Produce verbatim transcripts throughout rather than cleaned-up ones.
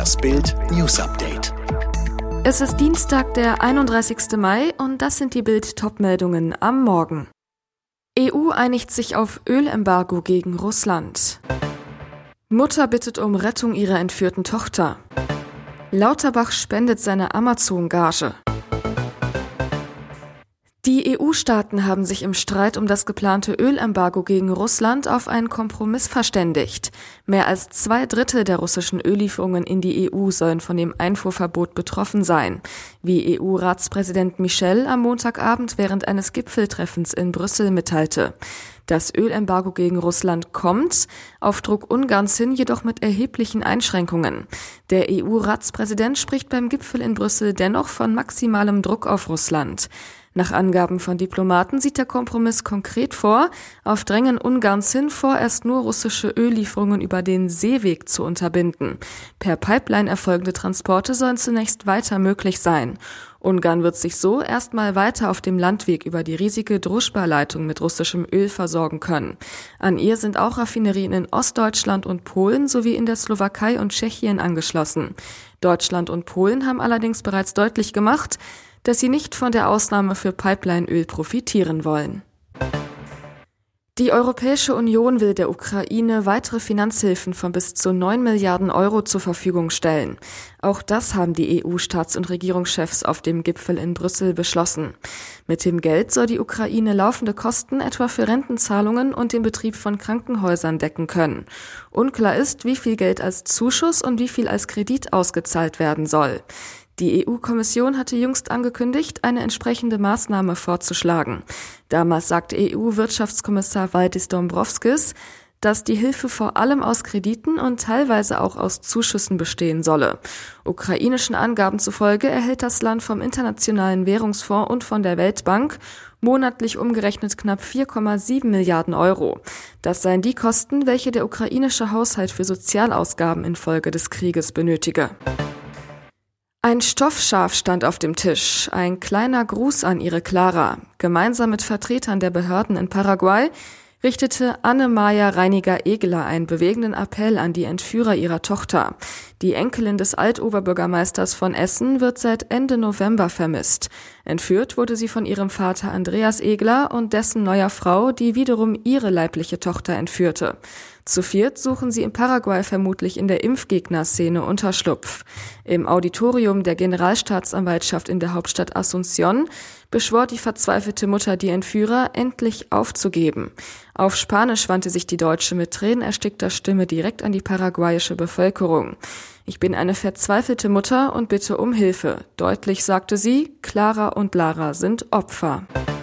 Das Bild News Update. Es ist Dienstag, der einunddreißigste Mai, und das sind die Bild-Top-Meldungen am Morgen. E U einigt sich auf Ölembargo gegen Russland. Mutter bittet um Rettung ihrer entführten Tochter. Lauterbach spendet seine Amazon-Gage. Die E U-Staaten haben sich im Streit um das geplante Ölembargo gegen Russland auf einen Kompromiss verständigt. Mehr als zwei Drittel der russischen Öllieferungen in die E U sollen von dem Einfuhrverbot betroffen sein, wie E U-Ratspräsident Michel am Montagabend während eines Gipfeltreffens in Brüssel mitteilte. Das Ölembargo gegen Russland kommt, auf Druck Ungarns hin jedoch mit erheblichen Einschränkungen. Der E U-Ratspräsident spricht beim Gipfel in Brüssel dennoch von maximalem Druck auf Russland. Nach Angaben von Diplomaten sieht der Kompromiss konkret vor, auf Drängen Ungarns hin vorerst nur russische Öllieferungen über den Seeweg zu unterbinden. Per Pipeline erfolgende Transporte sollen zunächst weiter möglich sein. Ungarn wird sich so erstmal weiter auf dem Landweg über die riesige Druschba-Leitung mit russischem Öl versorgen können. An ihr sind auch Raffinerien in Ostdeutschland und Polen sowie in der Slowakei und Tschechien angeschlossen. Deutschland und Polen haben allerdings bereits deutlich gemacht, dass sie nicht von der Ausnahme für Pipeline-Öl profitieren wollen. Die Europäische Union will der Ukraine weitere Finanzhilfen von bis zu neun Milliarden Euro zur Verfügung stellen. Auch das haben die E U-Staats- und Regierungschefs auf dem Gipfel in Brüssel beschlossen. Mit dem Geld soll die Ukraine laufende Kosten etwa für Rentenzahlungen und den Betrieb von Krankenhäusern decken können. Unklar ist, wie viel Geld als Zuschuss und wie viel als Kredit ausgezahlt werden soll. Die E U-Kommission hatte jüngst angekündigt, eine entsprechende Maßnahme vorzuschlagen. Damals sagte E U-Wirtschaftskommissar Valdis Dombrovskis, dass die Hilfe vor allem aus Krediten und teilweise auch aus Zuschüssen bestehen solle. Ukrainischen Angaben zufolge erhält das Land vom Internationalen Währungsfonds und von der Weltbank monatlich umgerechnet knapp vier Komma sieben Milliarden Euro. Das seien die Kosten, welche der ukrainische Haushalt für Sozialausgaben infolge des Krieges benötige. Ein Stoffschaf stand auf dem Tisch, ein kleiner Gruß an ihre Clara. Gemeinsam mit Vertretern der Behörden in Paraguay richtete Anne-Maja Reiniger-Egeler einen bewegenden Appell an die Entführer ihrer Tochter. Die Enkelin des Altoberbürgermeisters von Essen wird seit Ende November vermisst. Entführt wurde sie von ihrem Vater Andreas Egeler und dessen neuer Frau, die wiederum ihre leibliche Tochter entführte. Zu viert suchen sie in Paraguay vermutlich in der Impfgegner-Szene Unterschlupf. Im Auditorium der Generalstaatsanwaltschaft in der Hauptstadt Asunción beschwor die verzweifelte Mutter die Entführer, endlich aufzugeben. Auf Spanisch wandte sich die Deutsche mit tränenerstickter Stimme direkt an die paraguayische Bevölkerung. Ich bin eine verzweifelte Mutter und bitte um Hilfe. Deutlich sagte sie, Clara und Lara sind Opfer.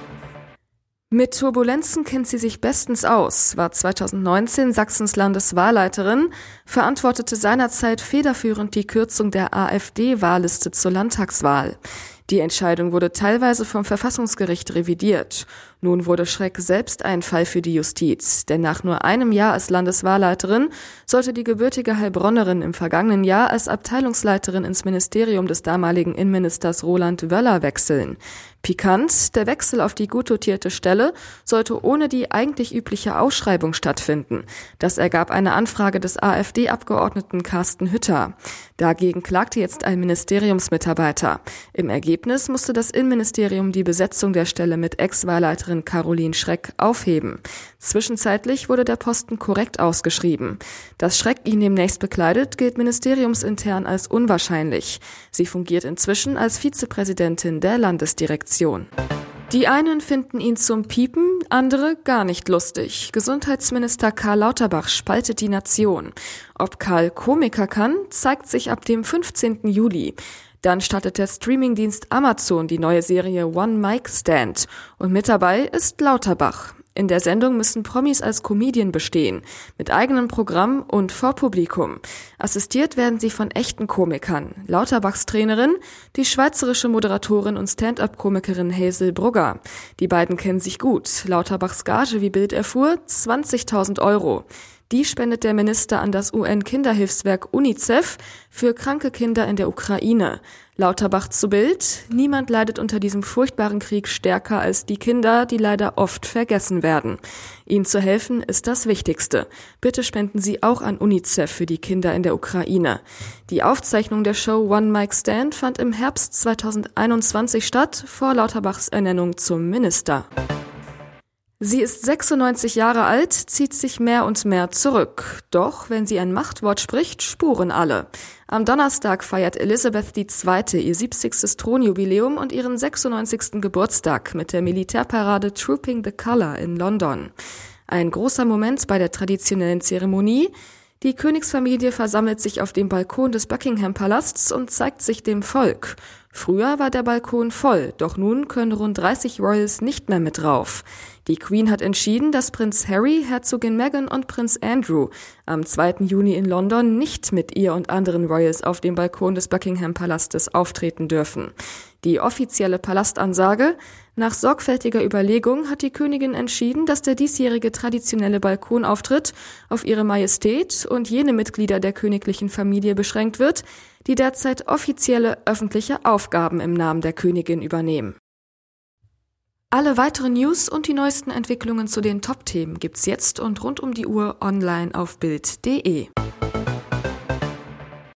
Mit Turbulenzen kennt sie sich bestens aus, war zweitausendneunzehn Sachsens Landeswahlleiterin, verantwortete seinerzeit federführend die Kürzung der AfD-Wahlliste zur Landtagswahl. Die Entscheidung wurde teilweise vom Verfassungsgericht revidiert. Nun wurde Schreck selbst ein Fall für die Justiz, denn nach nur einem Jahr als Landeswahlleiterin sollte die gebürtige Heilbronnerin im vergangenen Jahr als Abteilungsleiterin ins Ministerium des damaligen Innenministers Roland Wöller wechseln. Pikant, der Wechsel auf die gut dotierte Stelle sollte ohne die eigentlich übliche Ausschreibung stattfinden. Das ergab eine Anfrage des AfD-Abgeordneten Carsten Hütter. Dagegen klagte jetzt ein Ministeriumsmitarbeiter. Im Ergebnis musste das Innenministerium die Besetzung der Stelle mit Ex-Wahlleiterin Caroline Schreck aufheben. Zwischenzeitlich wurde der Posten korrekt ausgeschrieben. Dass Schreck ihn demnächst bekleidet, gilt ministeriumsintern als unwahrscheinlich. Sie fungiert inzwischen als Vizepräsidentin der Landesdirektion. Die einen finden ihn zum Piepen, andere gar nicht lustig. Gesundheitsminister Karl Lauterbach spaltet die Nation. Ob Karl Komiker kann, zeigt sich ab dem fünfzehnten Juli. Dann startet der Streamingdienst Amazon die neue Serie One Mic Stand. Und mit dabei ist Lauterbach. In der Sendung müssen Promis als Comedian bestehen, mit eigenem Programm und vor Publikum. Assistiert werden sie von echten Komikern. Lauterbachs Trainerin, die schweizerische Moderatorin und Stand-up-Komikerin Hazel Brugger. Die beiden kennen sich gut. Lauterbachs Gage, wie Bild erfuhr, zwanzigtausend Euro. Die spendet der Minister an das U N-Kinderhilfswerk UNICEF für kranke Kinder in der Ukraine. Lauterbach zu Bild: Niemand leidet unter diesem furchtbaren Krieg stärker als die Kinder, die leider oft vergessen werden. Ihnen zu helfen ist das Wichtigste. Bitte spenden Sie auch an UNICEF für die Kinder in der Ukraine. Die Aufzeichnung der Show One Mic Stand fand im Herbst zweitausendeinundzwanzig statt, vor Lauterbachs Ernennung zum Minister. Sie ist sechsundneunzig Jahre alt, zieht sich mehr und mehr zurück. Doch wenn sie ein Machtwort spricht, spuren alle. Am Donnerstag feiert Elisabeth die Zweite ihr siebzigstes Thronjubiläum und ihren sechsundneunzigsten Geburtstag mit der Militärparade Trooping the Colour in London. Ein großer Moment bei der traditionellen Zeremonie. Die Königsfamilie versammelt sich auf dem Balkon des Buckingham-Palasts und zeigt sich dem Volk. Früher war der Balkon voll, doch nun können rund dreißig Royals nicht mehr mit drauf. Die Queen hat entschieden, dass Prinz Harry, Herzogin Meghan und Prinz Andrew am zweiten Juni in London nicht mit ihr und anderen Royals auf dem Balkon des Buckingham-Palastes auftreten dürfen. Die offizielle Palastansage: Nach sorgfältiger Überlegung hat die Königin entschieden, dass der diesjährige traditionelle Balkonauftritt auf ihre Majestät und jene Mitglieder der königlichen Familie beschränkt wird, die derzeit offizielle öffentliche Aufgaben im Namen der Königin übernehmen. Alle weiteren News und die neuesten Entwicklungen zu den Top-Themen gibt's jetzt und rund um die Uhr online auf bild punkt de.